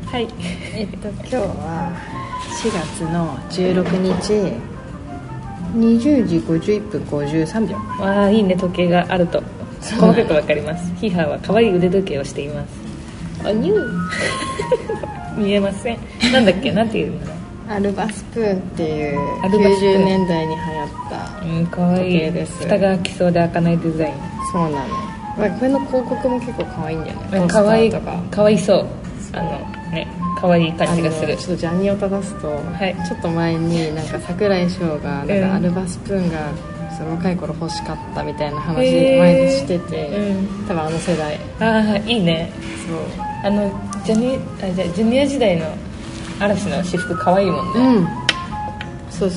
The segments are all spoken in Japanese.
はい。 今日は4月の16日20時51分53秒。 わあ、いいね、時計があると細かくわかります。ヒーハーは可愛い腕時計をしています。 あ、ニュー見えません。なんだっけ、なんていうの。 アルバスプーンっていうアルバスプーン 90年代に流行った可愛い時計です。 蓋が開きそうで開かないデザイン。 そうなの。これの広告も結構可愛いんだよね。 可愛い、 ポスターとか可愛いそう。ね、可愛い感じがする。 ちょっとジャニーを正すと、 はい、 ちょっと前になんか櫻井翔がなんかアルバスプーンがその若い頃欲しかったみたいな話前にしてて、多分あの世代。 ああ、いいね。 そうジュニア時代の嵐の私服可愛いもんね。 うん、そう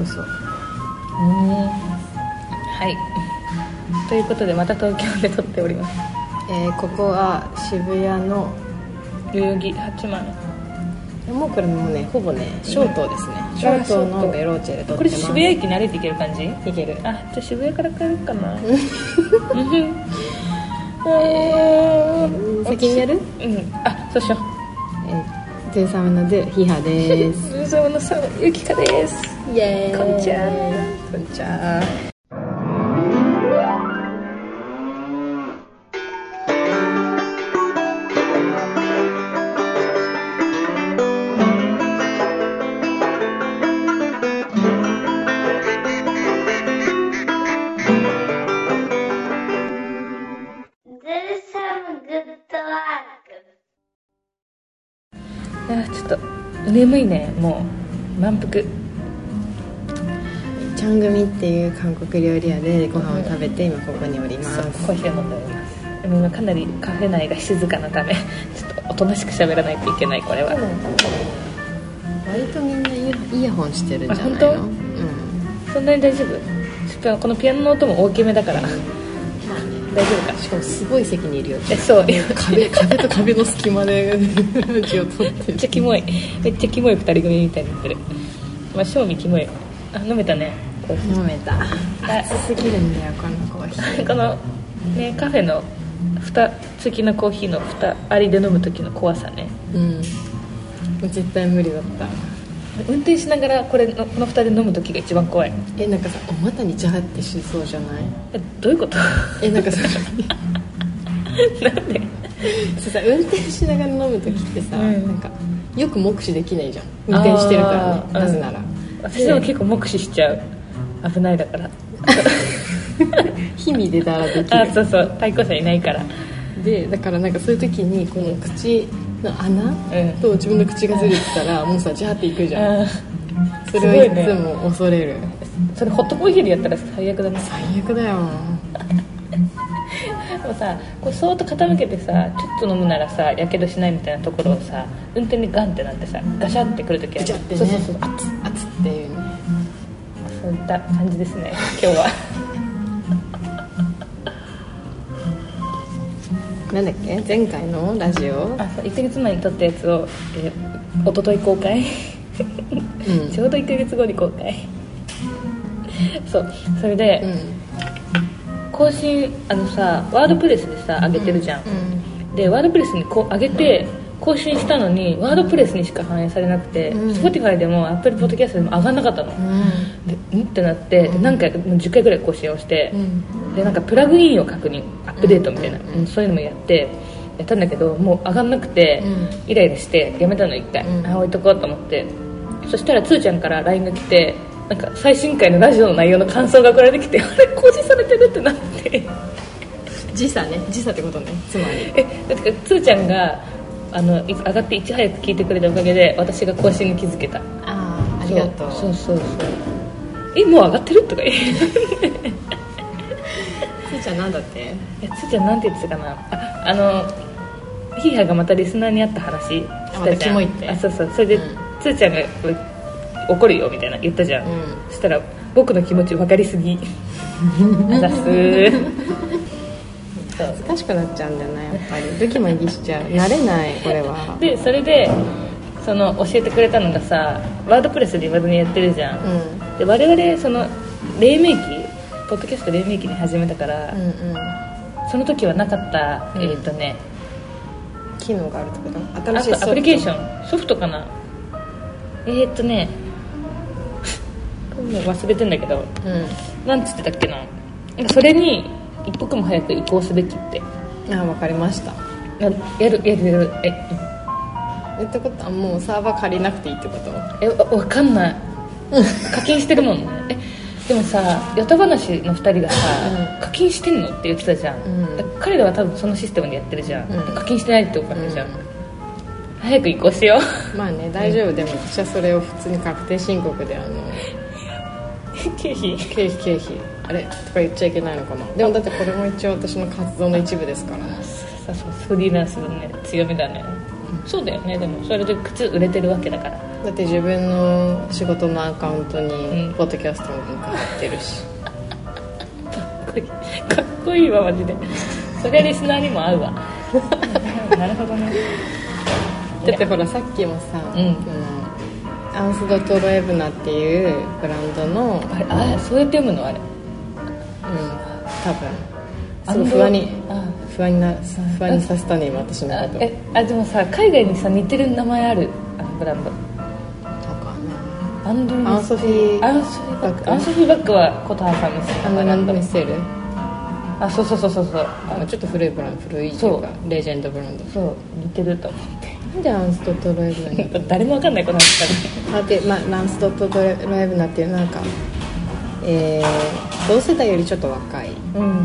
はい、ということでまた東京で撮っております。 ここは渋谷の代々木八幡。 もうこれもねほぼね小東ですね。小東のベローチェで撮ってます。 これ渋谷駅に歩いて行ける感じ？ 行ける。 あ、じゃあ渋谷から帰るかな。 先にやる？ あ、そうしよう。 ゼンサムのでヒハです。 ゼンサムのさゆきかです。 イエーイ。 こんにちは。 こんにちは。 ちょっと眠いね。もう満腹。 チャングミっていう韓国料理屋でご飯を食べて今ここにおります。 コーヒーを飲んでおります。でも今かなりカフェ内が静かなためちょっとおとなしく喋らないといけない。これは割とみんなイヤホンしてるんじゃないの？ 本当？うん、そんなに大丈夫？このピアノの音も大きめだから大丈夫か。 しかもすごい席にいるよ。 そう、 壁と壁の隙間でラジオ撮ってる。 めっちゃキモい2人組みたいになってる。まあ正味キモい。あ、飲めたね。 飲めた。熱すぎるんだよこのコーヒー。 このねカフェの蓋付きのコーヒーの蓋ありで飲む時の怖さね。 もう絶対無理だった。 運転しながらこの蓋で飲む時が一番怖い。 なんかさ、お股にジャーってしそうじゃない？ どういうこと？ なんかさなんでさ、運転しながら飲む時ってさ、なんかよく目視できないじゃん。運転してるからね。なぜなら私でも結構目視しちゃう。危ないだから日々出たらできる。 そうそう、対向車いないからで、だからなんかそういう時にこの口の穴と自分の口がずれてたらもうさジャーっていくじゃん。それをいつも恐れる。 それホットコーヒーでやったら最悪だね。 最悪だよ。 でもさ、こうそーっと傾けてさ、ちょっと飲むならさやけどしないみたいなところをさ、運転でガンってなってさガシャってくるときはガチャってね、 そう熱っていうね。 そういった感じですね今日は。 なんだっけ、前回のラジオ、 そう1ヶ月前に撮ったやつを、一昨日公開ちょうど1ヶ月後に公開そうそれで、更新さワードプレスでさ上げてるじゃん、でワードプレスにこう上げて更新したのにワードプレスにしか反映されなくて、Spotify でも Apple Podcast でも上がんなかったの、でってなって、で何回か10回ぐらい更新をして、でなんかプラグインを確認アップデートみたいな、そういうのもやったんだけどもう上がんなくて、イライラしてやめたの一回、置いとこうと思って、そしたらつーちゃんから LINE が来て、なんか最新回のラジオの内容の感想が送られてきて、あれ更新されてるってなって時差ってことね。つまりだってつーちゃんが上がっていち早く聞いてくれたおかげで私が更新に気づけた。 ありがとう。 そうもう上がってるとか言ってつーちゃんなんだって？ つーちゃんなんて言ってたかな。ヒーハーがまたリスナーに会った話したじゃん。 キモいって。 そうそれで、つーちゃんが怒るよみたいな言ったじゃん、そしたら僕の気持ち分かりすぎあざす恥ずかしくなっちゃうんだよな、やっぱりドキマギしちゃう。慣れないこれは。 でそれで教えてくれたのがさ、ワードプレスで今までにやってるじゃん、で我々その黎明期ポッドキャスト黎明期に始めたから、その時はなかった、 機能があるってこと？新しいソフト、 アプリケーション、ソフトかな。もう忘れてんだけど、なんつってたっけな。それに一刻も早く移行すべきって。 分かりました。 やるってことはもうサーバー借りなくていいってこと？ わかんない課金してるもんね。でもさ、ヨタ話の2人がさ、課金してんのって言ってたじゃん、彼らは多分そのシステムでやってるじゃん、課金してないってことじゃん、早く移行しよう。 まあね、大丈夫、でも私はそれを普通に確定申告で経費あれとか言っちゃいけないのかな。でもだってこれも一応私の活動の一部ですから。 フリーランスのね、強みだね。そうだよね。でもそれで靴売れてるわけだから。 だって自分の仕事のアカウントにポッドキャストのリンク貼ってるし、 かっこいいわマジで。それリスナーにも合うわなるほどね。 だってほらさっきもさ、アンスドットロエブナっていうブランドのそうやって読むのあれ。 多分すごい不安にさせたね今私のこと。 でもさ、海外にさ似てる名前あるブランド。アンソフィーバッグは琴葉さん見せる。 そうちょっと古いブランド、古いっていうかレジェンドブランド。 そう似てると思って。 なんでアンスドットロエブナに誰もわかんないこの話だね。アンスドットロエブナっていうなんか同世代よりちょっと若い、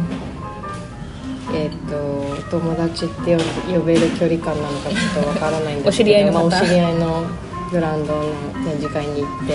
友達って呼べる距離感なのかちょっとわからないんですけどお知り合いの方、 お知り合いのブランドの展示会に行って、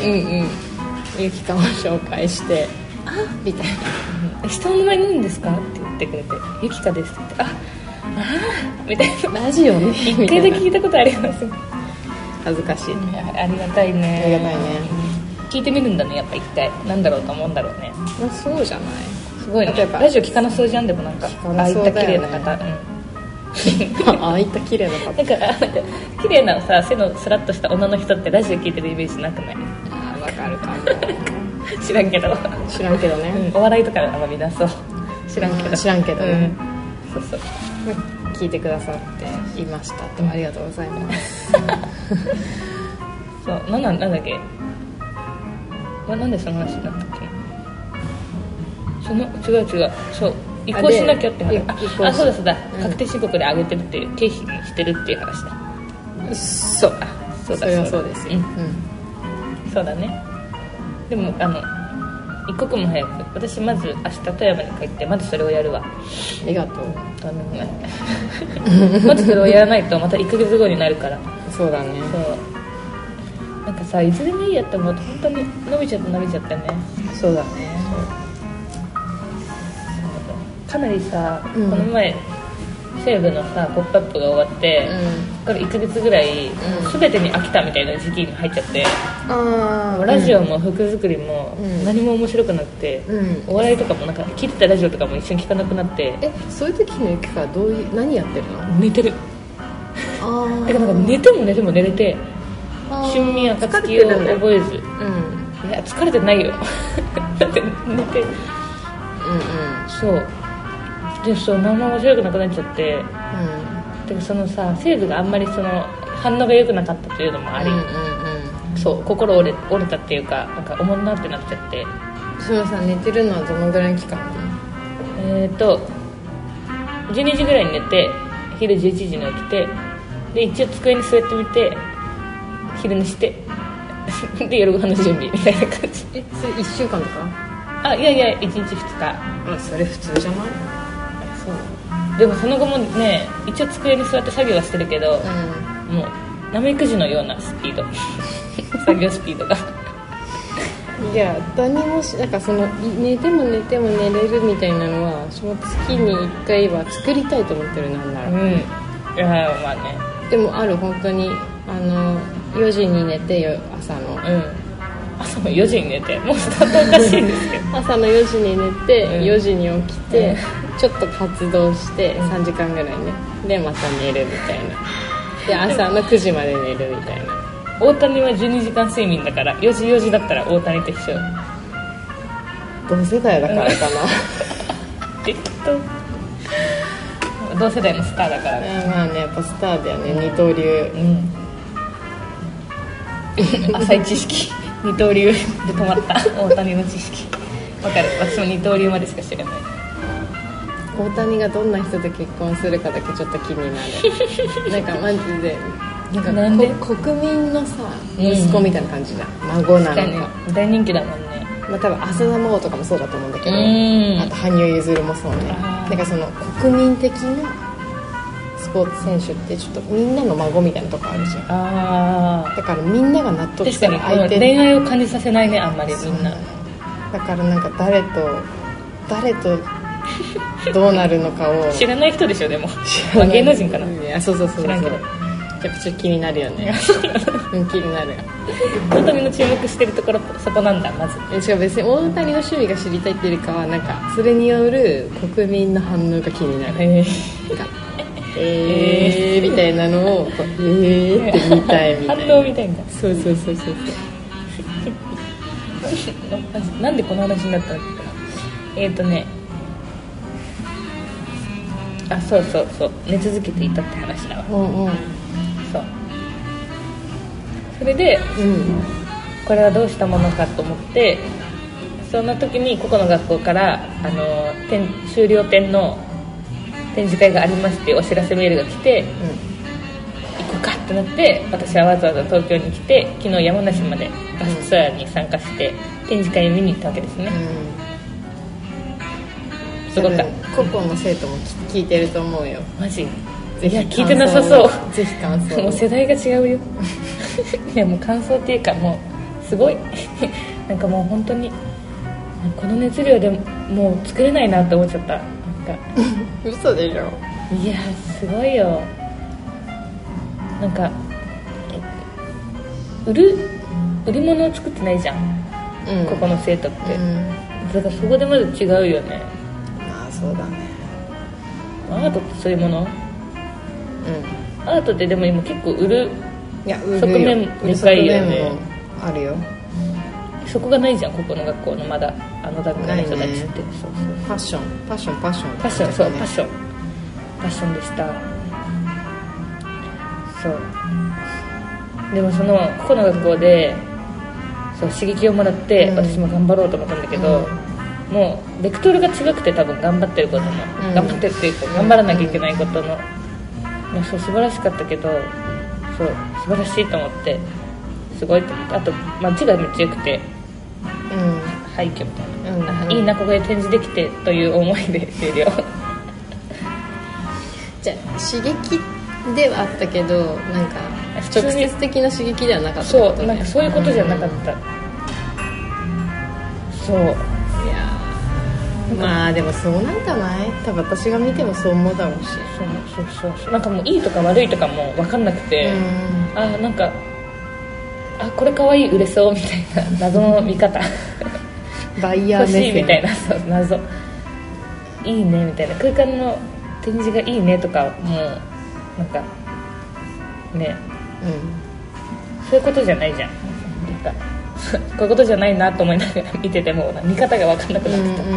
ゆきかを紹介してみたいな。 下の名前なんですかって言ってくれて、ゆきかですって言って、みたいな。 ラジオね一回だけ聞いたことあります。 恥ずかしい。 ありがたいね。 ありがたいね。 聞いてみるんだね、やっぱ一回。なんだろうと思うんだろうね。 そうじゃない。 すごいね。ラジオ聞かなそうじゃん。でもなんかああいった綺麗な方、 ああいった綺麗な方なんか綺麗なさ、背のスラッとした女の人ってラジオ聞いてるイメージなくない？ わかるかも知らんけどね、 お笑いとかあんま見なそう。知らんけどね、そう聞いてくださっていましたと、ありがとうございますそうなんだっけ、なんでその話になったっけ。違うそう移行しなきゃって話。そうだ、確定申告で上げてるっていう、経費にしてるっていう話だ。そうだ、それはそうですよ、そうだね。でも一刻も早く、私まず明日富山に帰ってまずそれをやるわ。 ありがとう。 まずそれをやらないとまた1ヶ月後になるから。 そうだね。 そうなんかさ、いつでもいいやって思うと本当に伸びちゃってね。 そうだね。 かなりさ、この前西武のさポップアップが終わって、これ1ヶ月ぐらい、全てに飽きたみたいな時期に入っちゃって、ラジオも服作りも何も面白くなくて、お笑いとかもなんか聞いてたラジオとかも一緒に聞かなくなって。 そういう時のゆきか何やってるの？ 寝てる。だからなんか寝ても寝れて、春眠暁を覚えず、いや疲れてないよだって寝て、そうで、何も面白くなくなっちゃって、でもそのさ、西武があんまりその反応が良くなかったというのもあり、そう心折れたっていうか、なんかおもんなってなっちゃって。 そのさ、寝てるのはどのぐらいの期間 ？12時ぐらいに寝て、昼11時に起きて、で一応机に座ってみて昼寝してで夜ご飯の準備みたいな感じ。それ 1週間とか？ いや1日2日。 それ普通じゃない？ そうでもその後もね、一応机に座って作業はしてるけど、もうナメクジのようなスピード作業スピードがいや、何もなんかその寝ても寝れるみたいなのは、その月に1回は作りたいと思ってる。なんならいや、まあね。 でも本当に4時に寝て朝の 4時に寝て、もうスタートおかしいですけど朝の4時に寝て、4時に起きて、ちょっと活動して3時間ぐらいね、でまた寝るみたいな、で朝の9時まで寝るみたいな。 大谷は12時間睡眠だから、4時だったら大谷と一緒。 同世代だからかな同世代のスターだからね。 まあね、やっぱスターだよね、二刀流。 浅い知識二刀流で止まった大谷の知識。わかる、私も二刀流までしか知らない。 大谷がどんな人と結婚するかだけちょっと気になる。なんかマジでなんで国民のさ息子みたいな感じじゃん、孫なのか、 ね、大人気だもんね。 まあ多分浅田真央とかもそうだと思うんだけど、あと羽生結弦もそうね。だからその国民的なスポーツ選手ってちょっとみんなの孫みたいなとこあるじゃん。だからみんなが納得したら相手恋愛を感じさせないね、あんまりみんな。 だからなんか誰とどうなるのかを知らない人でしょ。でもまあ芸能人かな。 いやそう知らんけど、やっぱちょっと気になるよね。気になる。 大谷の注目してるところそこなんだ、まず。 違う、別に大谷の趣味が知りたいっていうよりかは、なんかそれによる国民の反応が気になる。みたいなのをって見たいみたいな。 反応みたいな。 そうなんでこの話になったのかな。そう寝続けていたって話だわ。そうそれで、これはどうしたものかと思って、そんな時に個々の学校から修了展の展示会がありますっていうお知らせメールが来て、行こうかってなって、私はわざわざ東京に来て、昨日山梨までバスツアーに参加して展示会を見に行ったわけですね。すごかった。 個々の生徒も聞いてると思うよ。 マジ？いや聞いてなさそう。 ぜひ感想。 もう世代が違うよ。いやもう感想っていうか、もうすごいなんかもう本当にこの熱量でもう作れないなって思っちゃった。なんか嘘でしょ。 いやすごいよ。なんか売り物を作ってないじゃん、ここの生徒って、だからそこでまず違うよね。 まあそうだね。 アートってそういうもの、アートってでも今結構売る側面でかいよね。 あるよ。 そこがないじゃん、ここの学校のまだ段階の人たちって。そうファッションそう、パッションでした。そうでもここの学校でそう刺激をもらって、私も頑張ろうと思ったんだけど、もうベクトルが違くて、多分頑張ってることの、頑張ってるっていうか頑張らなきゃいけないことの、そう素晴らしかったけど、そう素晴らしいと思って、すごいと思って。あと字がめっちゃ良くて、廃墟みたいな、いいなここで展示できてという思いで終了。 じゃあ刺激ではあったけど、なんか直接的な刺激ではなかったってことね。 そう、なんかそういうことじゃなかった。そう、いやまあでもそうなんじゃない？多分私が見てもそう思うだろうし。 そうなんかもういいとか悪いとかも分かんなくて、なんかこれかわいい、売れそうみたいな謎の見方バイヤー目線欲しいみたいな、そう謎いいねみたいな、空間の展示がいいねとか、もうなんかね、そういうことじゃないじゃん。なんかこういうことじゃないなと思いながら見てても見方が分かんなくなってた。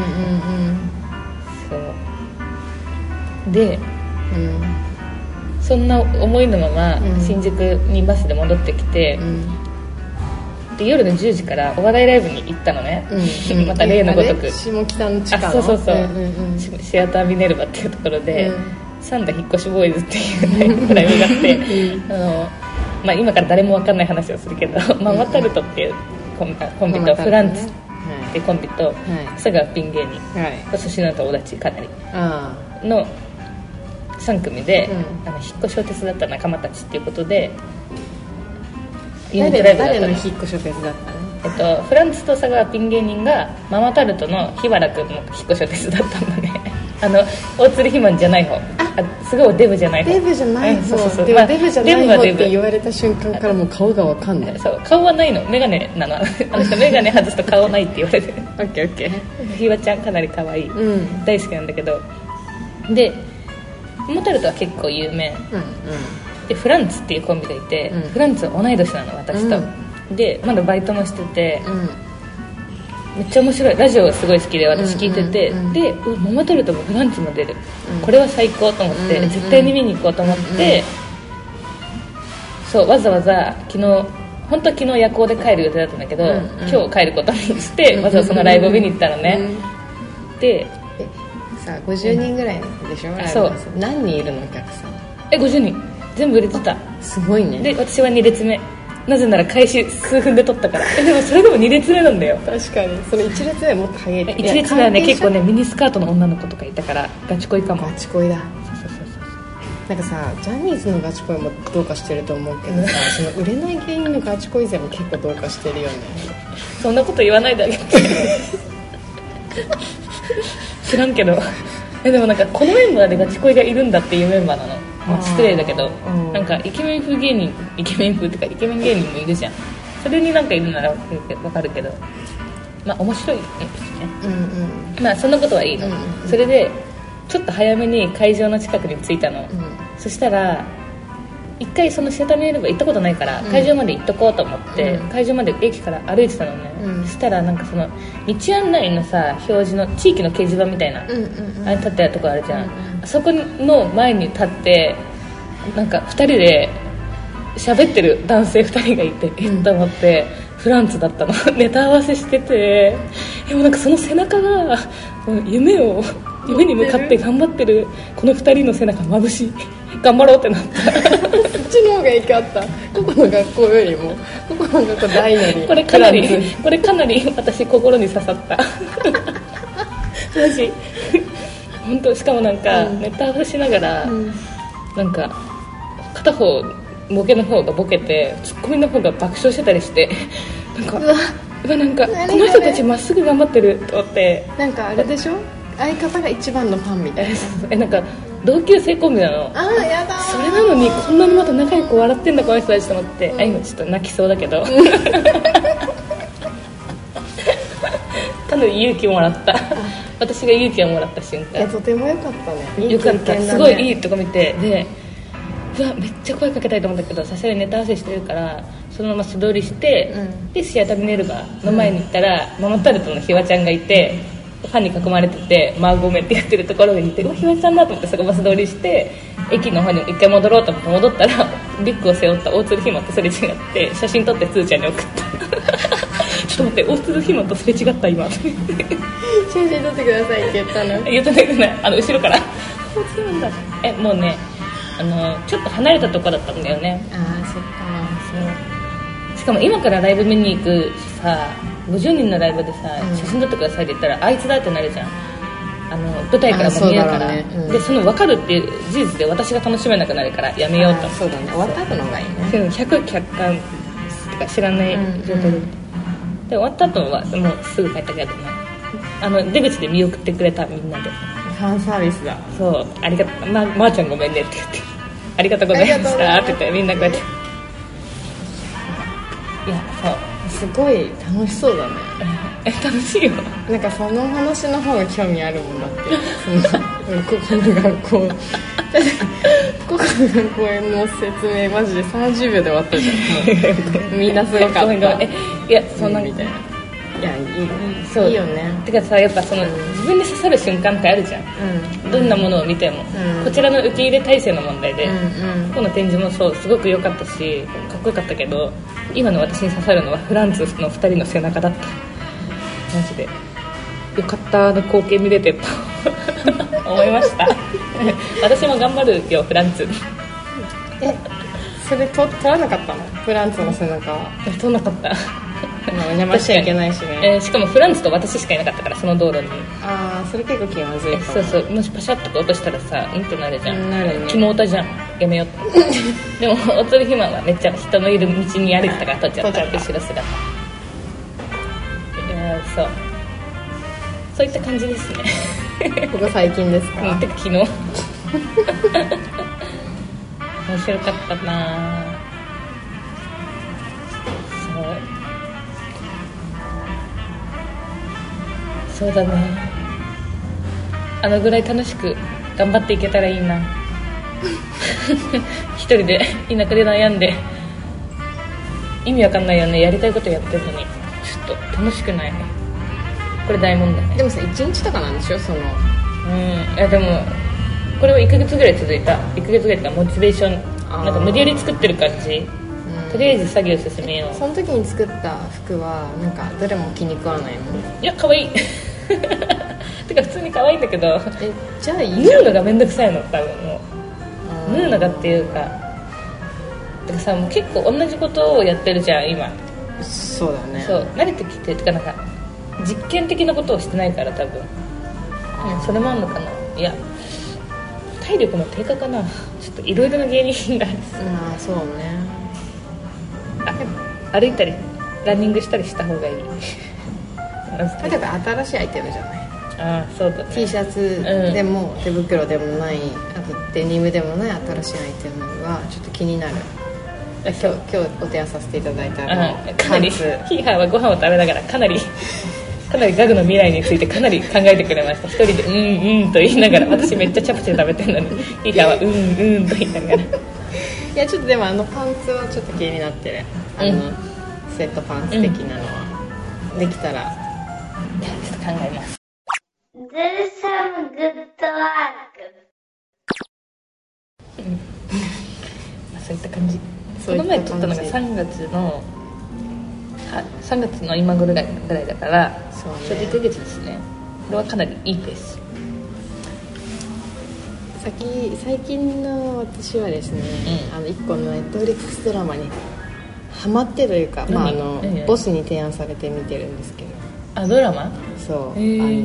そうで、そんな思いのまま新宿にバスで戻ってきて、で夜の10時からお笑いライブに行ったのね。また例のごとく下北の地下のそう、シアターミネルバっていうところで、サンダ引っ越しボーイズっていうライブがあって今から誰も分かんない話をするけど、ママタルトっていうコンビとフランツっていうコンビと佐川ピン芸人、そしてなんと小立かなりの3組で、引っ越しを手伝った仲間たちっていうことで誰の引っ越しを手伝ったの？ フランツと佐川ピン芸人がママタルトの日原くんの引っ越しを手伝ったんだね。大鶴ひまんじゃない方、すごいデブじゃない方。 デブじゃない方、 そうでもデブじゃない方って言われた瞬間からもう顔が分かんない。 そう、顔はないの、メガネなの。メガネ外すと顔ないって言われてる。 オッケーひわちゃんかなり可愛い、大好きなんだけど、でママタルトは結構有名、でフランツっていうコンビがいて、フランツは同い年なの、私と、でまだバイトもしてて、 めっちゃ面白い。ラジオがすごい好きで私聞いてて、でママタルトもフランツも出る、これは最高と思って、絶対に見に行こうと思って、そうわざわざ昨日本当は昨日夜行で帰る予定だったんだけど、今日帰ることにして、わざわざそのライブを見に行ったのね、でさあ50人ぐらいでしょ、ライブ。そう何人いるのお客さん。 50人全部入れてた。 すごいね。 で私は2列目、なぜなら開始数分で撮ったからでもそれでも2列目なんだよ。 確かにそれ1列目はもっと早い。 1列目はね結構ねミニスカートの女の子とかいたからガチ恋かも。 ガチ恋だ。なんかさジャニーズのガチ恋もどうかしてると思うけどさその売れない芸人のガチ恋勢も結構どうかしてるよね。 そんなこと言わないであげて知らんけどでもなんかこのメンバーでガチ恋がいるんだっていうメンバーなの。まあ、失礼だけど、なんかイケメン風芸人イケメン風ってかイケメン芸人もいるじゃん。それになんかいるなら分かるけど、まあ面白いですね、まあそんなことはいいの、それでちょっと早めに会場の近くに着いたの、そしたら一回そのシアターミネルヴァ行ったことないから、会場まで行っとこうと思って、会場まで駅から歩いてたのね、そしたらなんかその道案内のさ表示の地域の掲示板みたいな、あれ立ってあるとこあるじゃん、あそこの前に立ってなんか2人で喋ってる男性2人がいて、と思ってフランツだったのネタ合わせしてて、でもなんかその背中が夢に向かって頑張ってるこの2人の背中眩しい頑張ろうってなったそっちの方がいいかった。ここの学校よりもここの学校大のにこれかなり私心に刺さったマジ本当。しかもなんか、ネタ合わせしながら、なんか片方ボケの方がボケてツッコミの方が爆笑してたりしてなんかなんかこの人たちまっすぐ頑張ってると思って。 なんかあれでしょ、相方が一番のファンみたいな。 なんか同級生コンビなの。 あーやだ。 それなのにこんなにまた仲良く笑ってんだこの人たちと思って、今ちょっと泣きそうだけどかなり勇気をもらった私が勇気をもらった瞬間。 とても良かったね。 よかった、すごいいいとこ見て、でうわめっちゃ声かけたいと思ったけどさすがにネタ合わせしてるからそのまま素通りして、でシアターミネルヴァの前に行ったら、ママタルトのひわちゃんがいて、ファンに囲まれててマーゴメってやってるところにいて、うわひわちゃんだと思ってそこバス通りして駅の方に一回戻ろうと思って戻ったらリュックを背負った大鶴ひまとすれ違って写真撮ってつーちゃんに送ったちょっと待って、大鶴ひまとすれ違った今写真撮ってくださいって言ったの。 言ってない後ろから大鶴なんだ。もうねちょっと離れたとこだったんだよね。 ああそっか。 そうしかも今からライブ見に行くしさ、50人のライブでさ、写真撮ってくださいって言ったらあいつだってなるじゃん。舞台からも見えるから、でその分かるっていう事実で私が楽しめなくなるからやめようと。 そうだね、終わった後の方がいいね。 100客観とか知らない状態で、終わった後はもうすぐ帰ったけどね、出口で見送ってくれたみんなで。 ファンサービスだ。 そうありがとう、まーちゃんごめんねって言ってありがとうございましたって言ってみんなこうやって、いやそうすごい楽しそうだね楽しいよ。 なんかその話の方が興味あるもんだってここの学校ここの学校の説明マジで30秒で終わったじゃんみんなすごかった。いやそんなみたいな。いやそういいよね。 てかさやっぱその、自分に刺さる瞬間ってあるじゃん、どんなものを見ても、こちらの受け入れ体制の問題で、この展示もそうすごく良かったしかっこよかったけど、今の私に刺さるのはフランツの2人の背中だった。マジでよかった、光景見れてと思いました私も頑張るよフランツ。 それ撮らなかったの？フランツの背中は撮らなかったお邪魔しちゃいけないしね、 しかもフランツと私しかいなかったからその道路に。 ああそれ結構気まずいかも。 そうもしパシャッとか落としたらさってなるじゃん。 なるね。 キモオタじゃん、やめようでも大鶴ひまはめっちゃ人のいる道に歩いてたから撮っちゃった後ろ姿。いやそういった感じですねここ最近ですか？ てか昨日面白かったな。そうだね、ぐらい楽しく頑張っていけたらいいな一人で田舎で悩んで意味わかんないよね、やりたいことやってるのにちょっと楽しくない。 これ大問題。 でもさ1日とかなんでしょその。 いやでもこれは1ヶ月ぐらい続いた。1ヶ月ぐらいとかモチベーションなんか無理やり作ってる感じ。とりあえず作業進めよう。 その時に作った服はなんかどれも気に食わないの？ いや可愛いてか普通に可愛いんだけど、 じゃあいい。 縫うのがめんどくさいの多分もう。縫うのがっていうか、てかさもう結構同じことをやってるじゃん今。 そうだね。 そう慣れてきて、てかなんか実験的なことをしてないから多分、それもあんのかな。いや体力の低下かな。ちょっといろいろな原因がある。 まあそうね。 歩いたりランニングしたりした方がいいだけど新しいアイテムじゃない。 ああそうだね。 T シャツでも、手袋でもない、あとデニムでもない新しいアイテムはちょっと気になる。今日お手合わせさせていただいたかなりヒーハーはご飯を食べながらかなりガグの未来についてかなり考えてくれました。一人でと言いながら、私めっちゃチャプチェ食べてるのにヒーハーはと言いながら。 いやちょっとでもパンツはちょっと気になってる。スウェットパンツ的なのは、できたらちょっと考えます。 Do some good work. そういった感じ。この前撮ったのが3月の今ぐらいだから、 そうね、 ちょうど1ヶ月ですね。これはかなりいいペース。 最近の私はですね、1個のNetflixドラマにハマってというか、ボスに提案されて見てるんですけど。 あ、ドラマ？ そう、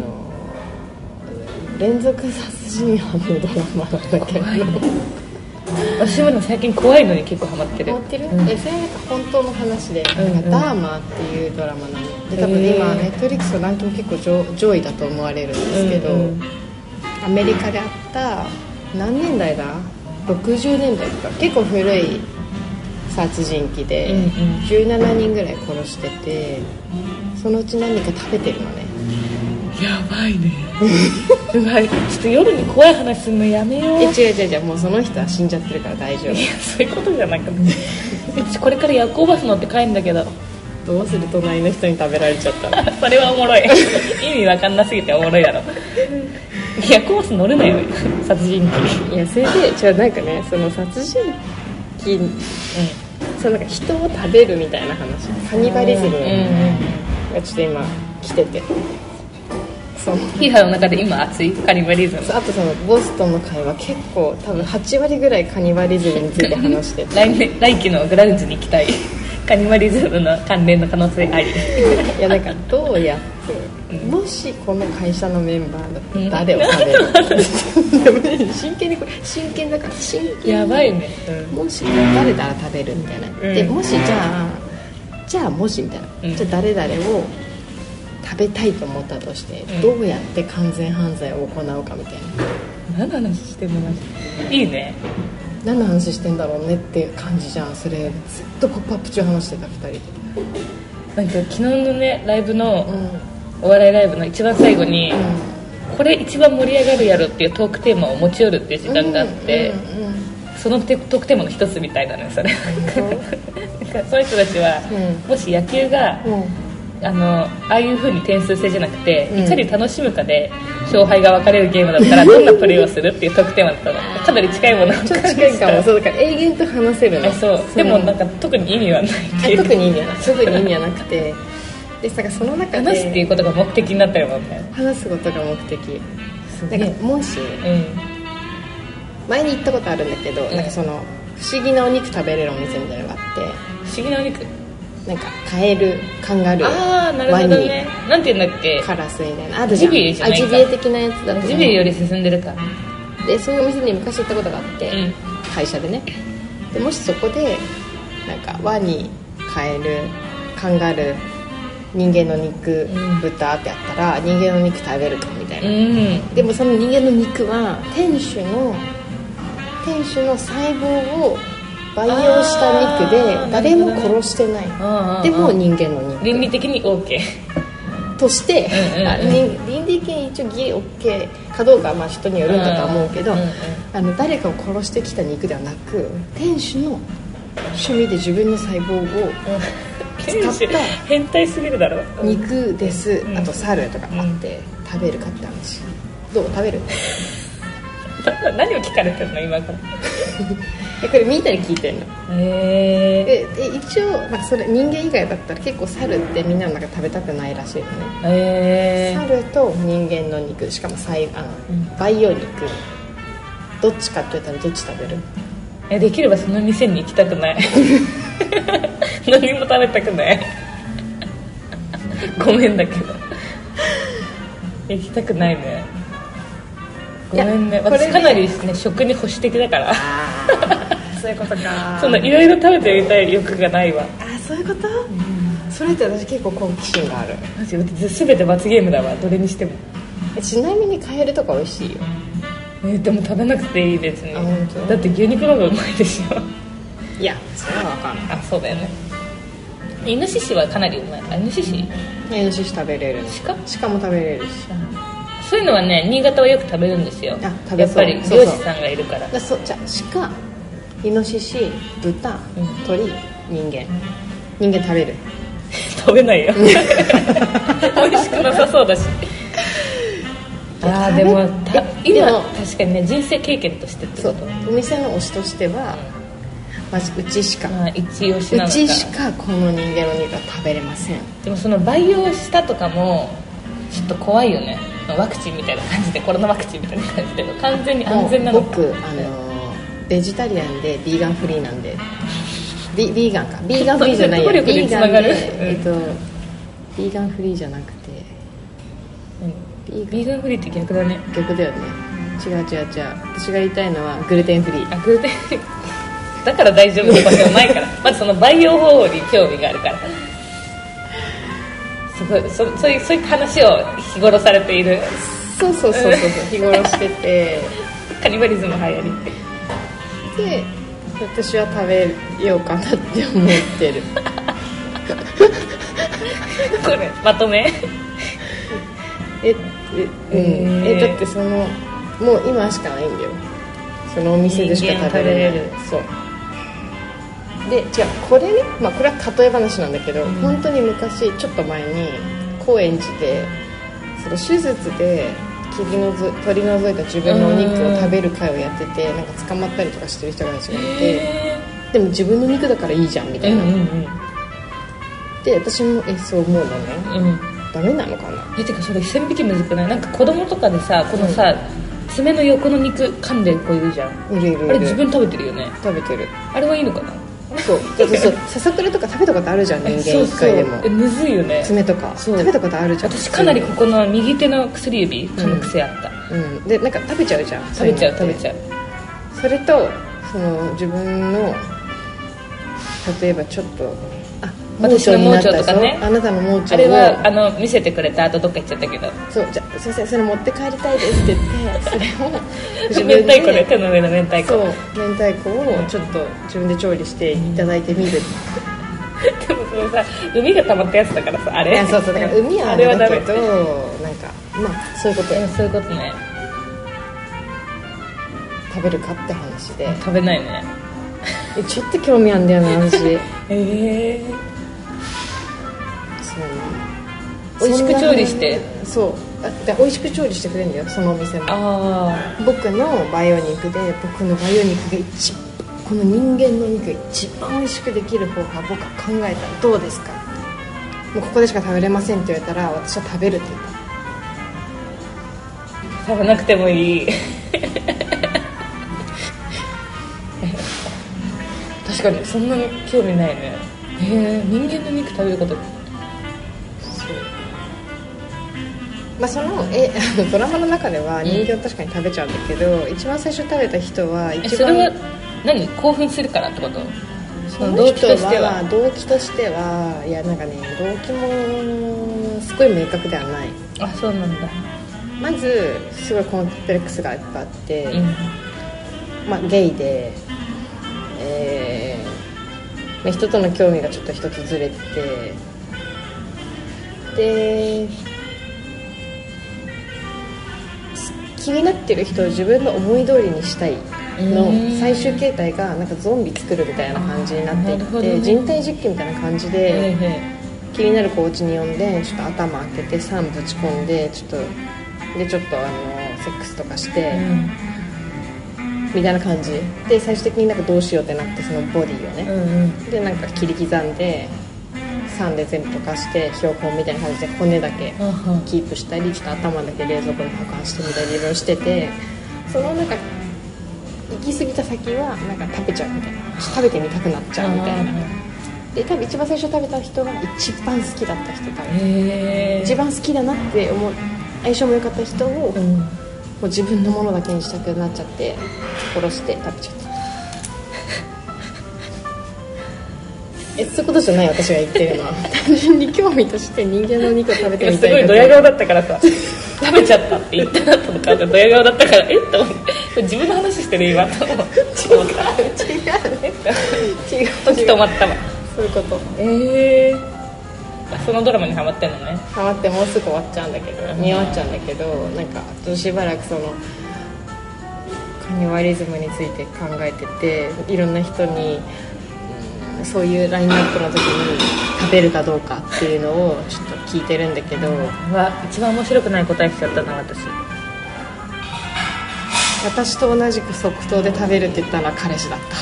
連続殺人犯のドラマなんだけど私も最近怖いのに結構ハマってる。 ハマってる？それはなんか本当の話で、なんかダーマーっていうドラマなので、多分今Netflixのランキング結構上位だと思われるんですけど、アメリカであった何年代だ？60年代とか結構古い殺人鬼で17人ぐらい殺してて、そのうち何か食べてるのね。 やばいねうまい。ちょっと夜に怖い話するのやめよう。 違うもうその人は死んじゃってるから大丈夫。 いやそういうことじゃなくて私これから夜行バス乗って帰るんだけど、 どうする隣の人に食べられちゃったらそれはおもろい意味わかんなすぎておもろいだろ夜行バス乗るなよ殺人鬼。 いやそれでなんかね、その殺人鬼、そのなんか人を食べるみたいな話、カニバリズムがちょっと今来てて、 ヒーハーの中で今熱いカニバリズム。 あとそのボスとの会話結構多分8割ぐらいカニバリズムについて話してて来期のグランジに行きたいカニバリズムの関連の可能性ありいやなんかどうやって、もしこの会社のメンバーの誰を食べる真剣にこれ真剣だから真剣やばいね、 もし誰なら食べるみたいな、でもしじゃあもしみたいな、じゃあ誰々を食べたいと思ったとして、どうやって完全犯罪を行うかみたいな。 何の話してんのマジいいね。 何の話してんだろうねっていう感じじゃん。それずっとポップアップ中話してた2人で。 なんか昨日のねライブの、お笑いライブの一番最後に、これ一番盛り上がるやろっていうトークテーマを持ち寄るっていう時間があって、そのトークテーマの一つみたいなねそれなんかそういう人たちは、もし野球が、ああいう風に点数制じゃなくて、いかに楽しむかで勝敗が分かれるゲームだったらどんなプレーをするっていう特典だったの。かなり近いものをちょっと近いかも。そうだから永遠と話せるの。 そうでもなんか特に意味はないっていう。 特に意味はなくてでさ、その中で話すっていうことが目的になってるもんね。 話すことが目的なんかもし、前に行ったことあるんだけど、なんかその不思議なお肉食べれるお店みたいなのがあって、 不思議なお肉なんかカエル、カンガルー、 なるほどね、なんて言うんだっけ、 カラスみたいな、あとジビエじゃないか、ジビエ的なやつだと、 ジビエより進んでるか。 でそういうお店に昔行ったことがあって、会社でね。でもしそこでなんかワニ、カエル、カンガルー、人間の肉、豚ってやったら人間の肉食べるかみたいな、でもその人間の肉は店主の細胞を培養した肉で誰も殺してない、でも人間の肉、 倫理的に OK として、倫理的に一応ギリ OK かどうかはまあ人によるんだとは思うけど、誰かを殺してきた肉ではなく、店主の趣味で自分の細胞をった変態すぎるだろ。 肉です、あと猿とかあって、食べるかって話。どう食べる？ 何を聞かれてるの今からこれみんなに聞いてるの。一応、それ人間以外だったら結構猿ってみんなの中食べたくないらしいのね。猿と人間の肉、しかも培養肉、どっちかって言ったらどっち食べる？ できればその店に行きたくない何も食べたくないごめんだけど行きたくないね。ごめんね、私かなりね食に保守的だからそういうことか。 そのいろいろ食べてみたい欲がないわ。 そういうこと、それって私結構好奇心がある。 全て罰ゲームだわ、どれにしても。 ちなみにカエルとか美味しいよ。 でも食べなくていい別に。だって牛肉の方がうまいでしょ。 いや、それは分かんない。 そうだよね。イノシシはかなりうまい。イノシシ食べれる。鹿も食べれるし。 そういうのはね、新潟はよく食べるんですよ。やっぱり漁師さんがいるから。 じゃあ鹿、イノシシ、豚、鳥、人間食べる？ 食べないよ美味しくなさそうだしでも今確かにね、人生経験としてってこと。 お店の推しとしては、まずうちしか一押しなのか。 うちしかこの人間の肉は食べれません。 でもその培養したとかもちょっと怖いよね。ワクチンみたいな感じで、コロナワクチンみたいな感じで完全に安全なのか。 僕ベジタリアンでビーガンフリーなんで、ビーガンか、ビーガンフリーじゃないや、ビーガンでビーガンフリーじゃなくて、 ビーガンフリーって逆だね。 逆だよね。違う、私が言いたいのはグルテンフリー。 グルテンフリーだから大丈夫とかではないからまずその培養方法に興味があるから、すごいそういう話を日頃されている。 そう日頃しててカニバリズム流行りで、私は食べようかなって思ってるこれまとめだってもう今しかないんだよ、そのお店でしか食べれる。そうで、これね、これは例え話なんだけど、本当に昔ちょっと前に高円寺でその手術で取り除いた自分のお肉を食べる会をやってて、なんか捕まったりとかしてる人たちがいて、でも自分の肉だからいいじゃんみたいな、で私もそう思うのね、ダメなのかな。 てかそれ線引きむずくない？なんか子供とかでさ、このさ、爪の横の肉噛んでる子いるじゃん。 いるあれ自分食べてるよね。 食べてる。 あれはいいのかな。 そうささくれとか食べたことあるじゃん、人間一回でも。 むずいよね。 爪とか食べたことあるじゃん。 私かなりここの右手の薬指噛む癖あった、 でなんか食べちゃうじゃん。 食べちゃう。 それと自分の例えばちょっと私の盲腸とかね、 あなたの盲腸をあれは見せてくれた後どっか行っちゃったけど、 そう、じゃあ先生それ持って帰りたいですって言ってそれを自分で明太子で、手の上の明太子、 そう明太子をちょっと自分で調理していただいてみる、でもそのさ、海が溜まったやつだからさ、あれそうだから海はあれはだけど、なんかそういうことや、 そういうことね。 食べるかって話で。 食べないね。 ちょっと興味あるんだよな私。 美味しく調理して。 そう美味しく調理してくれるんだよ、そのお店も。僕の培養肉で、僕の培養肉がこの人間の肉が一番美味しくできる方法を僕は考えたらどうですか。もうここでしか食べれませんって言われたら私は食べるって言った。 食べなくてもいい確かにそんなに興味ないね。人間の肉食べること。 そのドラマの中では人間を確かに食べちゃうんだけど、一番最初食べた人は一番それは何、興奮するからってこと？ その動機としてはいやなんかね、動機もすごい明確ではない。 そうなんだ。 まずすごいコンプレックスがいっぱいあって、ゲイで、人との興味がちょっと一つずれてて、で気になってる人を自分の思い通りにしたいの最終形態がなんかゾンビ作るみたいな感じになっていって、ね、人体実験みたいな感じで、気になる子をうちに呼んでちょっと頭開けて酸ぶち込んでちょっとセックスとかして、みたいな感じで最終的になんかどうしようってなってそのボディをね、でなんか切り刻んで酸で全部溶かして標本みたいな感じで骨だけキープしたりちょっと頭だけ冷蔵庫に保管してみたりいろいろしてて、そのなんか行き過ぎた先はなんか食べちゃうみたいな、食べてみたくなっちゃうみたいな。で多分一番最初食べた人が一番好きだった人、一番好きだなって思う相性も良かった人を、もう自分のものだけにしたくなっちゃって殺して食べちゃった。そういうことじゃない。私が言ってるのは単純に興味として人間の肉を食べてみたい。 すごいドヤ顔だったからさ食べちゃったって言った後の顔がドヤ顔だったからと思って自分の話してる今と思って違う時止まったわ。 そういうこと。 そのドラマにハマってんのね。 ハマってもうすぐ終わっちゃうんだけど、見終わっちゃうんだけど、なんかしばらくそのカニバリズムについて考えてて、いろんな人にそういうラインナップの時に食べるかどうかっていうのをちょっと聞いてるんだけど、 一番面白くない答えしちゃったな。 私と同じく即答で食べるって言ったのは彼氏だった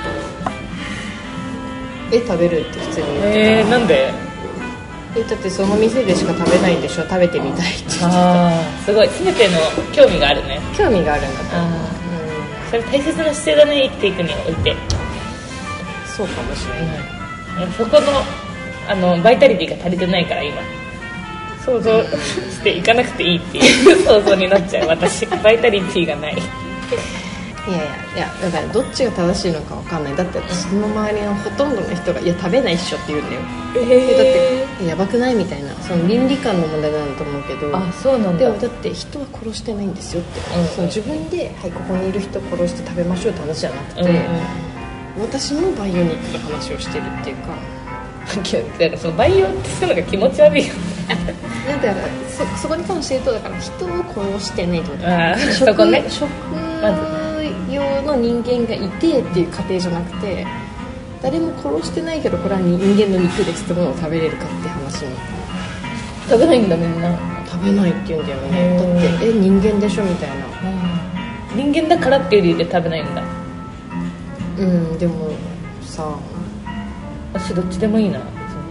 食べるって普通に言ってた。 なんで？ だってその店でしか食べないんでしょ、食べてみたいって言ってた。 すごい全ての興味があるね。 興味があるんだと。 それ大切な姿勢だね、生きていくにおいて。 そうかもしれない、 そこのバイタリティが足りてないから今想像していかなくていいっていう想像になっちゃう私。バイタリティがない。 いやだからどっちが正しいのか分かんない。だって私の周りのほとんどの人がいや食べないっしょって言うんだよ。だってやばくないみたいな、その倫理観の問題なんだと思うけど。 そうなんだ。 でもだって人は殺してないんですよって、その自分で、はい、ここにいる人殺して食べましょうって話じゃなくて、私も培養肉の話をしてるっていうかだからその培養ってするのが気持ち悪いよなんだろう、そこに関して言うとだから人を殺してないってこと。 そこね、 食用の人間がいてっていう過程じゃなくて、誰も殺してないけどこれは人間の肉ですってものを食べれるかって話に。 食べないんだみんな。 食べないって言うんだよね。だって人間でしょみたいな。 人間だからっていう理由で食べないんだ。 でもさ、 私どっちでもいいな。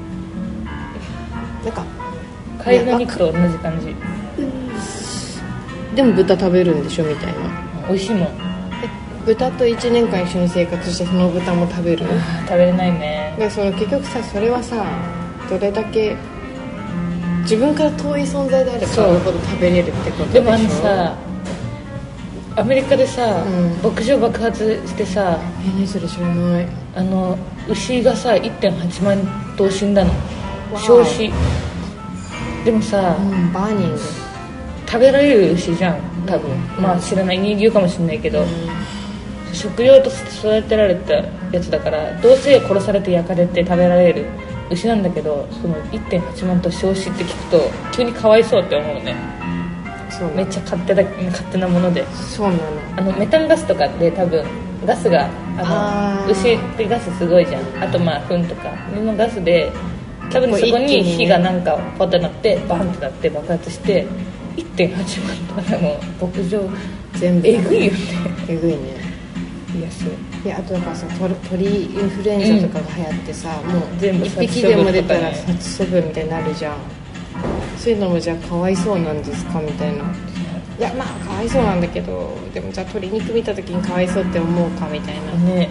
なんかカエルの肉と同じ感じ。 でも豚食べるんでしょみたいな。 美味しいもん。 豚と1年間一緒に生活してその豚も食べる？ 食べれないね。 でその結局さ、それはさどれだけ自分から遠い存在であればそれほど食べれるってことでしょ。 でもさ、アメリカでさ、牧場爆発してさ、 何それ知らない。 牛がさ 1.8 万頭死んだの。焼死。でもさ、 バーニング食べられる牛じゃん多分、まあ知らない、人間かもしれないけど、食用として育てられたやつだからどうせ殺されて焼かれて食べられる牛なんだけど、その 1.8 万頭焼死って聞くと急にかわいそうって思うね。めっちゃ勝手なもので。 そうなの。 メタンガスとかで多分ガスが牛ってガスすごいじゃん。あとまあ糞とかのガスで多分そこに火がなんかポッとなってバンってなって爆発して 1.8 万とかもう牧場全部えぐいよね。 えぐいね。 いやそう。 いやあとなんかさ、鳥インフルエンザとかが流行ってさ、もう全部 1匹でも出たら殺処分みたいになるじゃん。そういうのもじゃあかわいそうなんですかみたいな。いやまあかわいそうなんだけど、でもじゃあ鶏肉見た時にかわいそうって思うかみたいなね。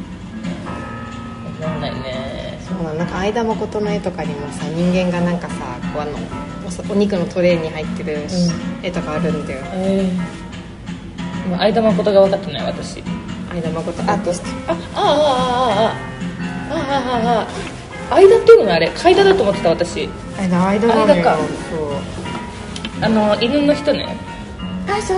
分かんないね。 そうなんか相田誠の絵とかにもさ、人間がなんかさこうお肉のトレーに入ってる絵とかあるんだよ。 相田誠が分かってない私。 相田誠アーティスト。 相田っていうのはあれ海田だと思ってた私。 相田なのよ。 か。 そう。 犬の人ね。 そう。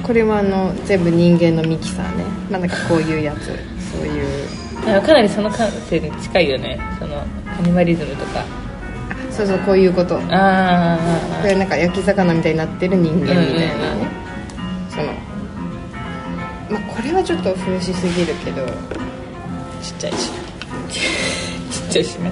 これは全部人間のミキサーね、まあ、なんかこういうやつそういうかなりその感性に近いよね、そのカニバリズムとか。 そうそう、こういうこと。これなんか焼き魚みたいになってる人間みたいなね、そのまあこれはちょっと風刺すぎるけどちっちゃいしちっちゃいしね。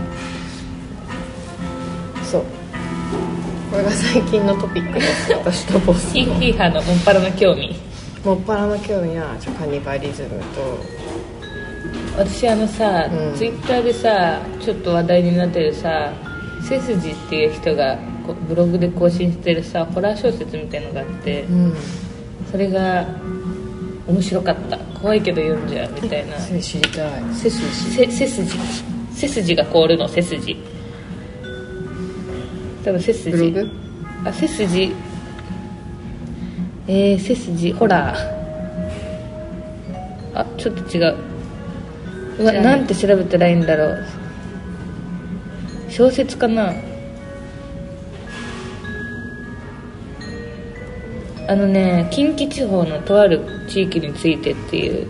そう、これが最近のトピックです私とボスのヒーハーのもっぱらの興味はカニバリズムと、 私さ、ツイッターでさちょっと話題になってるさ、背筋っていう人がブログで更新してるさホラー小説みたいのがあって、それが面白かった。怖いけど読んじゃうみたいな。 それ知りたい。 背筋が凍るの、背筋、多分背筋、 ブログ？ 背筋、背筋ホラー、ちょっと違う。なんて調べたらいいんだろう。小説かな。近畿地方のとある地域についてっていう。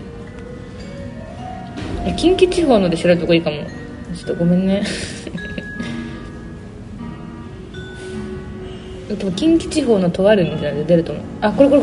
近畿地方ので調べた方がいいかも。ちょっとごめんねでも近畿地方のとあるみたいなので出ると思う。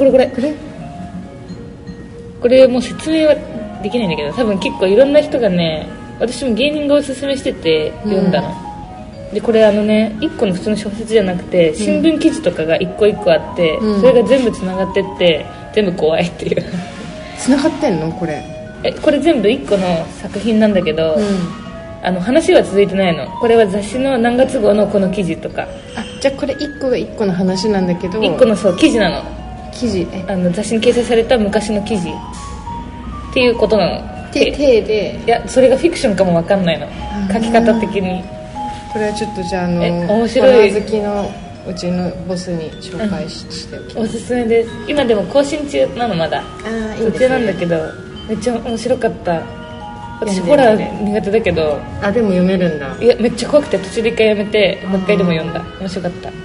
これもう説明はできないんだけど、多分結構いろんな人がね、私も芸人がおすすめしてて読んだの、でこれ1個の普通の小説じゃなくて新聞記事とかが1個1個あって、それが全部つながってって全部怖いっていう。 つながってんのこれ？ これ全部1個の作品なんだけど、話は続いてないの。これは雑誌の何月号のこの記事とか。 じゃあこれ1個が1個の話なんだけど、 1個の記事なの。 記事雑誌に掲載された昔の記事っていうことなの。 手で、 いやそれがフィクションかも分かんないの、書き方的に。 これはちょっとじゃあ面白いホラー好きのうちのボスに紹介しておきます、 おすすめです。今でも更新中なの、まだ途中なんだけど、めっちゃ面白かった。私ホラー苦手だけど、 でも読めるんだ。 いやめっちゃ怖くて途中で1回やめてもう1回でも読んだ。面白かった。そう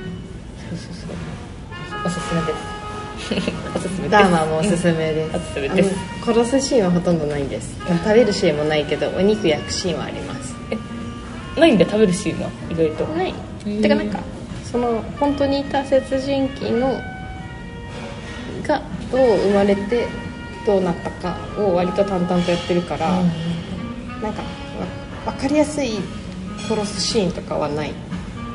おすすめですおすすめです。 ダーマもおすすめです、 おすすめです。 殺すシーンはほとんどないんです。食べるシーンもないけどお肉焼くシーンはあります。 ないんだ、食べるシーンは意外とない。てかなんかその本当にいた殺人鬼がどう生まれてどうなったかを割と淡々とやってるから、なんか分かりやすい殺すシーンとかはない。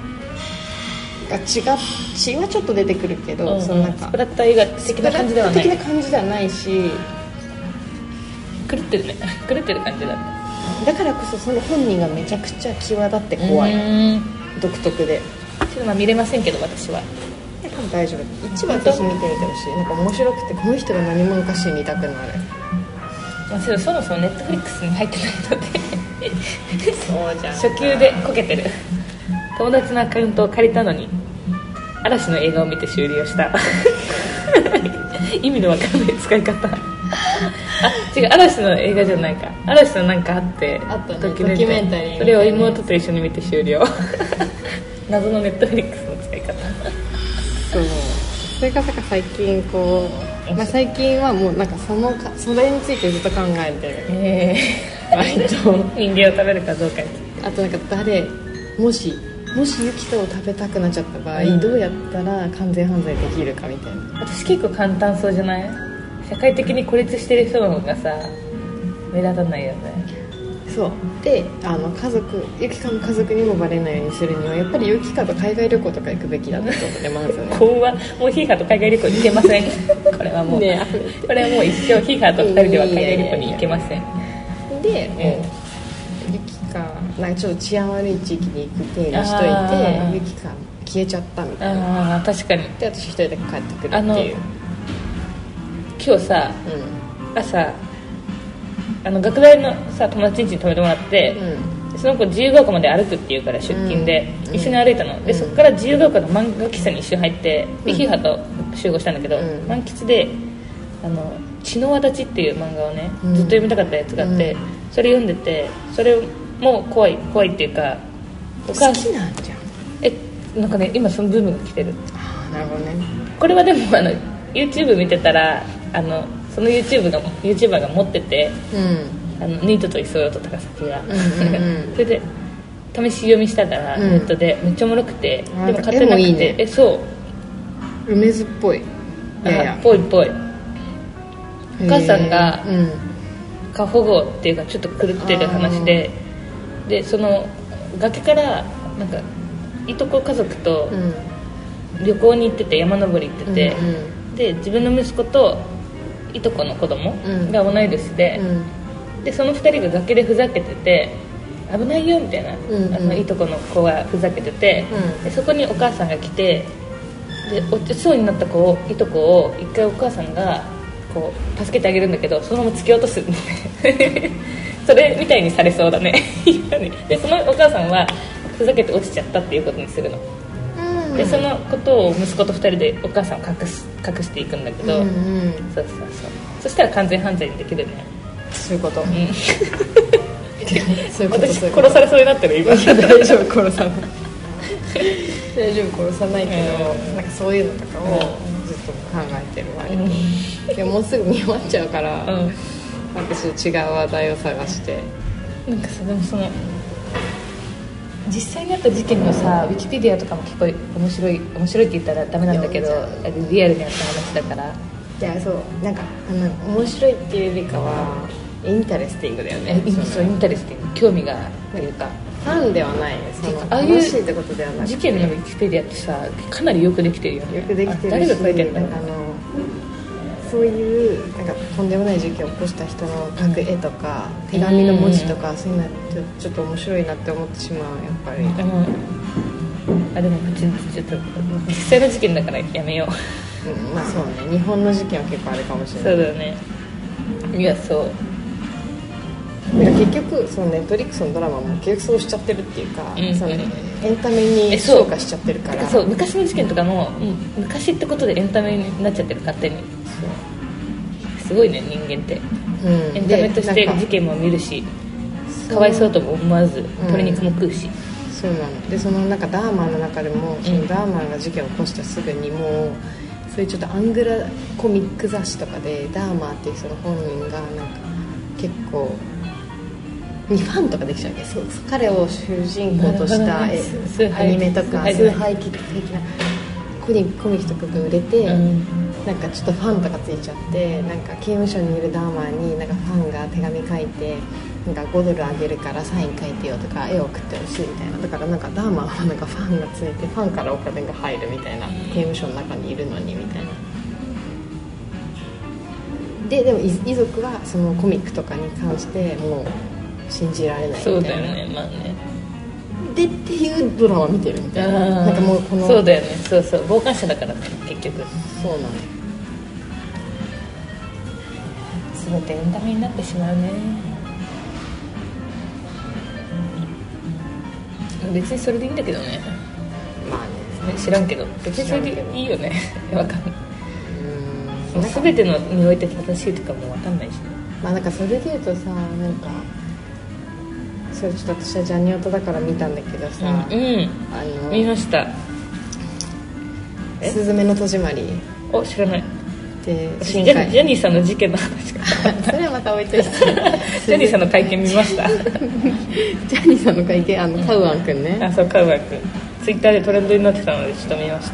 血はちょっと出てくるけど、そのなんかスプラッター映画的な感じではない。 的な感じではないし、 狂ってるね狂ってる感じだね。 だからこそその本人がめちゃくちゃ際立って怖い。独特でちょっと見れませんけど私は。 多分大丈夫。1話ぜひ見てみてほしい。なんか面白くてこの人が何者か知りたくなる。 そもそもネットフリックスに入ってないのでそうじゃん。 初級でこけてる。友達のアカウントを借りたのに嵐の映画を見て終了した意味のわかんない使い方違う、嵐の映画じゃないか。嵐のなんかあってあったね、ドキュメンタリー、 それを妹と一緒に見て終了謎のネットフリックスの使い方そう、それがなんか最近こう、最近はもうなんかそれについてずっと考えてる。割と人間を食べるかどうかに。 あとなんかもしユキトを食べたくなっちゃった場合、どうやったら完全犯罪できるかみたいな。 私結構簡単そうじゃない？社会的に孤立してる人の方がさ目立たないよね。 そうでユキカの家族にもバレないようにするにはやっぱりユキカと海外旅行とか行くべきだったと思ってまずね怖っ。もうヒーハーと海外旅行行けませんこれはもうね、 これはもう一生ヒーハーと2人では海外旅行に行けません。 で、ユキカなんかちょっと治安悪い地域に行く体にしといてユキカ消えちゃったみたいな。 確かに。 で私一人で帰ってくるっていう。 今日さ、朝学大のさ友達ん家に泊めてもらって、その子自由が丘まで歩くっていうから出勤で、一緒に歩いたので、そこから自由が丘の漫画喫茶に一緒に入って、でヒーハーと集合したんだけど、満喫で血の輪立ちっていう漫画をね、ずっと読みたかったやつがあって、それ読んでて、それも怖いっていうか、 好きなんじゃん。 なんかね今そのブームが来てる。 なるほどね。 これはでも YouTube 見てたらその YouTuber が持ってて、ニートと磯代と高崎が、それで試し読みしたら、ネットでめっちゃおもろくて、でも買ってなくて、 いいね、 そう梅津っぽい、 ぽいぽい。お母さんが過保護っていうかちょっと狂ってる話で、でその崖からなんかいとこ家族と旅行に行ってて、山登り行ってて、で自分の息子といとこの子供が同い年で、でその2人が崖でふざけてて危ないよみたいな、いとこの子がふざけてて、でそこにお母さんが来て、で落ちそうになったいとこを一回お母さんがこう助けてあげるんだけど、そのまま突き落とすそれみたいにされそうだねでそのお母さんはふざけて落ちちゃったっていうことにするの、でそのことを息子と2人でお母さんを隠していくんだけど、そうそしたら完全犯罪にできるね。 そういうこと、 私殺されそうになってる今大丈夫、殺さない大丈夫、殺さないけど、なんかそういうのとかをずっと考えてる割と、でももうすぐ見終わっちゃうから、私違う話題を探して、 なんかさ、でもその実際にあった事件のさ、ウィキペディアとかも結構面白いって言ったらダメなんだけど、リアルにあった話だから。 いや、そう、なんか面白いっていうよりかはインタレスティングだよね。 そう、インタレスティング、興味がっていうか、 ファンではない、楽しいってことではなくて、 事件のウィキペディアってさ、かなりよくできてるよね。 よくできてるし、 誰が書いてるの？ そういうなんかとんでもない事件を起こした人の描く絵とか、手紙の文字とか、そういうのちょっと面白いなって思ってしまう、やっぱり。 でもちょっと実際の事件だからやめよう。 まあそうね、日本の事件は結構あるかもしれない。 そうだよね。いや、そう、 だから結局そのネットリックスのドラマも結局そうしちゃってるっていうか、そのエンタメに昇華しちゃってるから。 そう、昔の事件とかも、昔ってことでエンタメになっちゃってる、勝手に。すごいね、人間って、エンタメとして事件も見るし、かわいそうとも思わず鶏肉も食うし、 そうなので、そのなんかダーマンの中でも、そのダーマンが事件を起こしたすぐにもうそういうちょっとアングラコミック雑誌とかでダーマーっていうその本人がなんか結構にファンとかできちゃうわけ。そう、彼を主人公としたアニメとか崇拝的なコミックとかが売れて、なんかちょっとファンとかついちゃって、なんか刑務所にいるダーマーになんかファンが手紙書いて、なんか$5あげるからサイン書いてよとか絵を送ってほしいみたいな。だからなんかダーマーはなんかファンがついて、ファンからお金が入るみたいな、刑務所の中にいるのにみたいな。でも遺族はそのコミックとかに関してもう信じられないみたいな。 そうだよね、まあね。 でっていうドラマ見てるみたいな。なんかもうこの、 そうだよね、そうそう、傍観者だからね、結局。 そうなの。 全てエンタメになってしまうね。別にそれでいいんだけどね。 まあね、 知らんけど、別にそれでいいよね。わかんない。全てのにおいて正しいとかもわかんないしね。 まあなんかそれでいうとさ、なんかそれちょっと私はジャニオタだから見たんだけどさ、 見ました。 すずめの戸締まり。 お、知らない。 でジャニーさんの事件の話かそれはまた置いといてジャニーさんの会見見ましたジャニーさんの会見、カウアンくんね。 そう、カウアンくんツイッターでトレンドになってたのでちょっと見ました。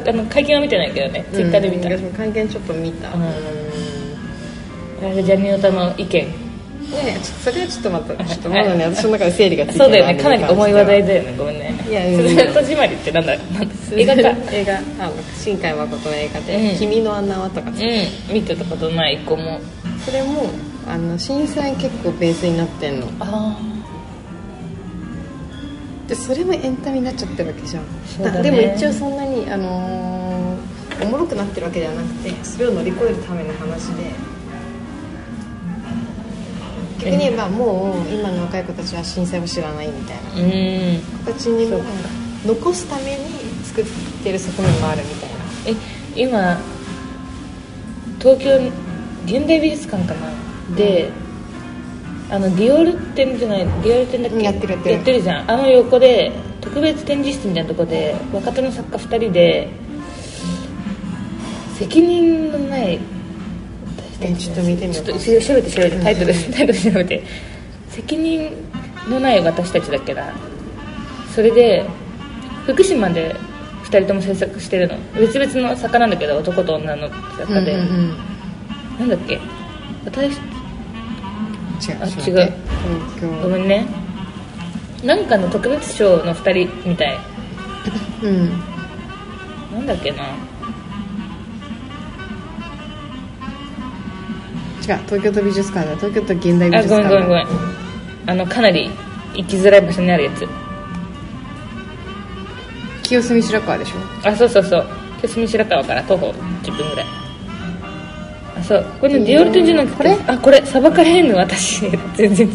会見は見てないけどね、ツイッターで見た。 私も会見ちょっと見た。 ジャニオタの意見ね、それはちょっとまだね、私の中で整理がついてる。 そうだよね、かなり重い話題だよね、ごめんね。 いや、 すずめの戸締まりってなんだ映画か。 映画、新海誠の映画で、君の穴はとか見てたことない子も。 それも震災結構ベースになってんの。でそれもエンタメになっちゃってるわけじゃん。そうだね。でも一応そんなにおもろくなってるわけではなくて、それを乗り越えるための話で、逆に言えばもう今の若い子たちは震災を知らないみたいな形にも残すために作ってる側面もあるみたいな。 今東京現代美術館かなで、ディオール展じゃない、ディオール展だっけ、 やってるじゃん。横で特別展示室みたいなとこで若手の作家2人で責任のないちょっと見てみようか。 ちょっと調べてタイトル調べて、責任のない私たちだっけな。それで福島で2人とも制作してるの。別々の作家なんだけど、男と女の作家で、なんだっけ、私違う、ごめんね、なんかの特別賞の2人みたい。なんだっけな。 違う、東京都美術館だ。東京都現代美術館だ。 ごめん、かなり行きづらい場所にあるやつ。 清澄白河でしょ。 そう清澄白河から徒歩10分ぐらい。そうこれね、ディオルトジュノこれサバカレーヌ私全然違う。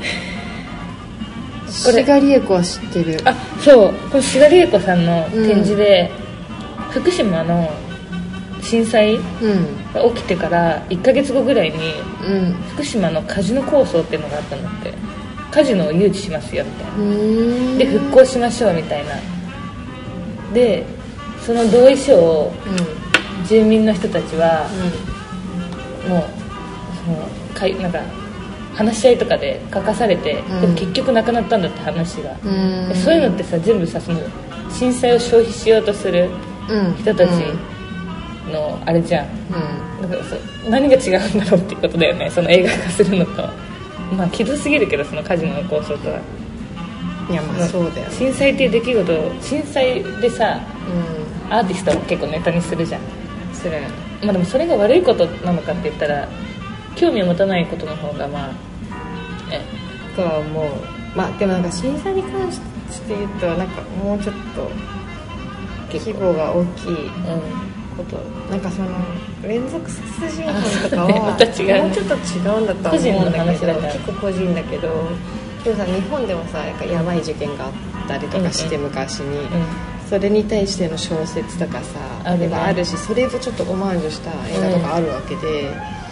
志賀理恵子は知ってる。 そうこれ志賀理恵子さんの展示で、福島の震災が起きてから1ヶ月後ぐらいに、福島のカジノ構想っていうのがあったんだって。カジノを誘致しますよみたいな。で復興しましょうみたいな。でその同意書を住民の人たちは、もうなんか話し合いとかで書かされて、でも結局なくなったんだって話が。そういうのってさ、全部さ、その震災を消費しようとする人たちのあれじゃん、だから何が違うんだろうっていうことだよね、その映画化するのと。まあひどすぎるけど、そのカジノの構想とは。 いや、まあそうだよね。 震災っていう出来事を、震災でさ、アーティストを結構ネタにするじゃん。 それまあでもそれが悪いことなのかって言ったら、興味を持たないことの方がまあとは思う。まあでもなんか震災に関して言うと、なんかもうちょっと規模が大きいこと、なんかその連続殺人犯とかはまた違う、 もうちょっと違うんだとは思うんだけど、結構個人だけど、でもさ、日本でもさ、なんかやばい事件があったりとかして、昔に、それに対しての小説とかさあるし、それとちょっとオマージュした映画とかあるわけで、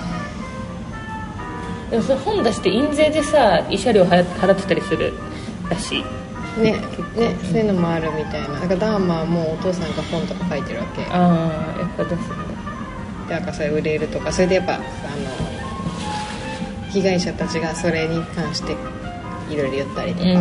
でもそれ本出して印税でさ、慰謝料払ってたりするらしいね、そういうのもあるみたいな。なんかダーマはもうお父さんが本とか書いてるわけ。 やっぱ出すんだ。 でなんかそれ売れるとか、それでやっぱ被害者たちがそれに関していろいろ言ったりとか、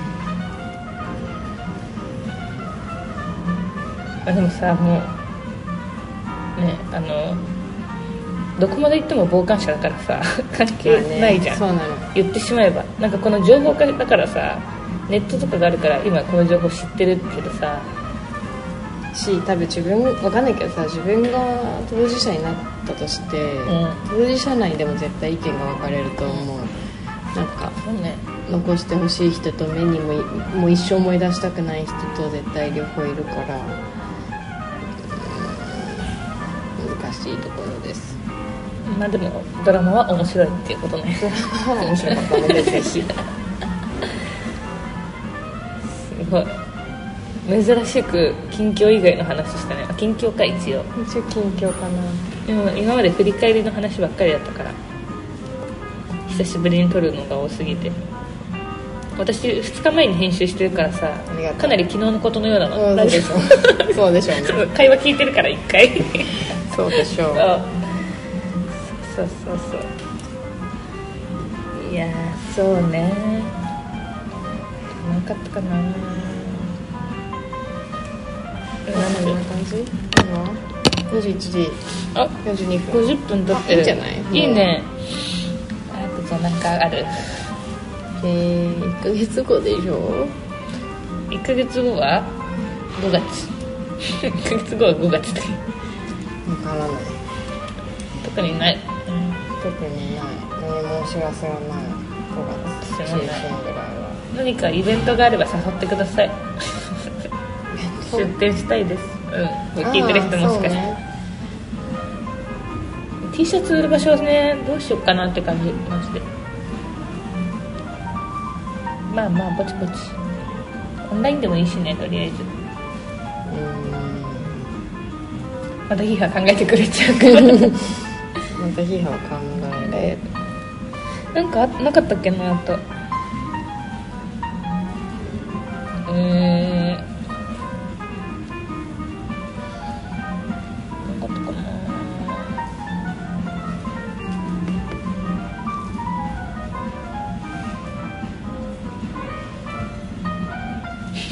でもさ、もうね、どこまで行っても傍観者だからさ、関係ないじゃん、 そうなの。 言ってしまえば。なんかこの情報化だからさ、ネットとかがあるから今この情報知ってるけどさ、 多分自分わかんないけどさ、自分が当事者になったとして、当事者内でも絶対意見が分かれると思う。なんか残してほしい人と目にもう一生思い出したくない人と絶対両方いるから、難しいところです。 まあでもドラマは面白いっていうことね。 ドラマは面白かったのでぜひ。 すごい珍しく近況以外の話したね。近況か、一応近況かな。 でも今まで振り返りの話ばっかりだったから、久しぶりに撮るのが多すぎて。私2日前に編集してるからさ、かなり昨日のことのようなの。 そうでしょそうでしょうね。 会話聞いてるから1回。 そうでしょう。 そういやそうね、何かったかな。 こんな感じ？今21時42分。 50分撮ってる。 いいんじゃない？ いいね。じゃあなんかある ？1ヶ月後でしょ。 1ヶ月後は5月。1ヶ月後は5月で分からない。 特にない。 特にない。何もお知らせはない。5月中旬ぐらいは。 何かイベントがあれば誘ってください。出店したいです。聞いてる人もしかして、T シャツ売る場所ね、どうしようかなって感じまして。まあぼちぼちオンラインでもいいしね、とりあえず。またヒーハー考えてくれちゃうから。 またヒーハーを考える。 なんかなかったっけな。あとなかったかな。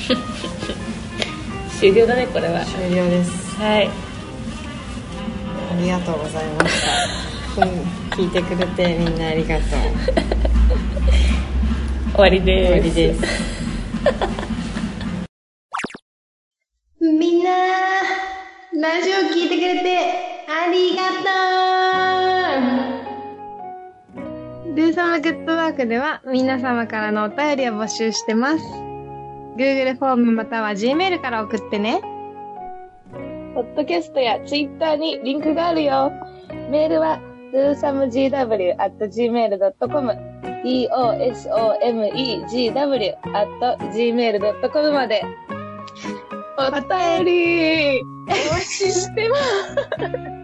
終了だね、これは。 終了です。 はい。 ありがとうございました。聞いてくれてみんなありがとう。 終わりです。 終わりです。みんな、ラジオ聞いてくれてありがとう。ルーサムグッドワークでは皆様からのお便りを募集してます。Google フォームまたは Gmail から送ってね。 ポッドキャストや Twitter にリンクがあるよ。メールは dosamegw@gmail.com dosamegw@gmail.com までお便りお待ちしてます。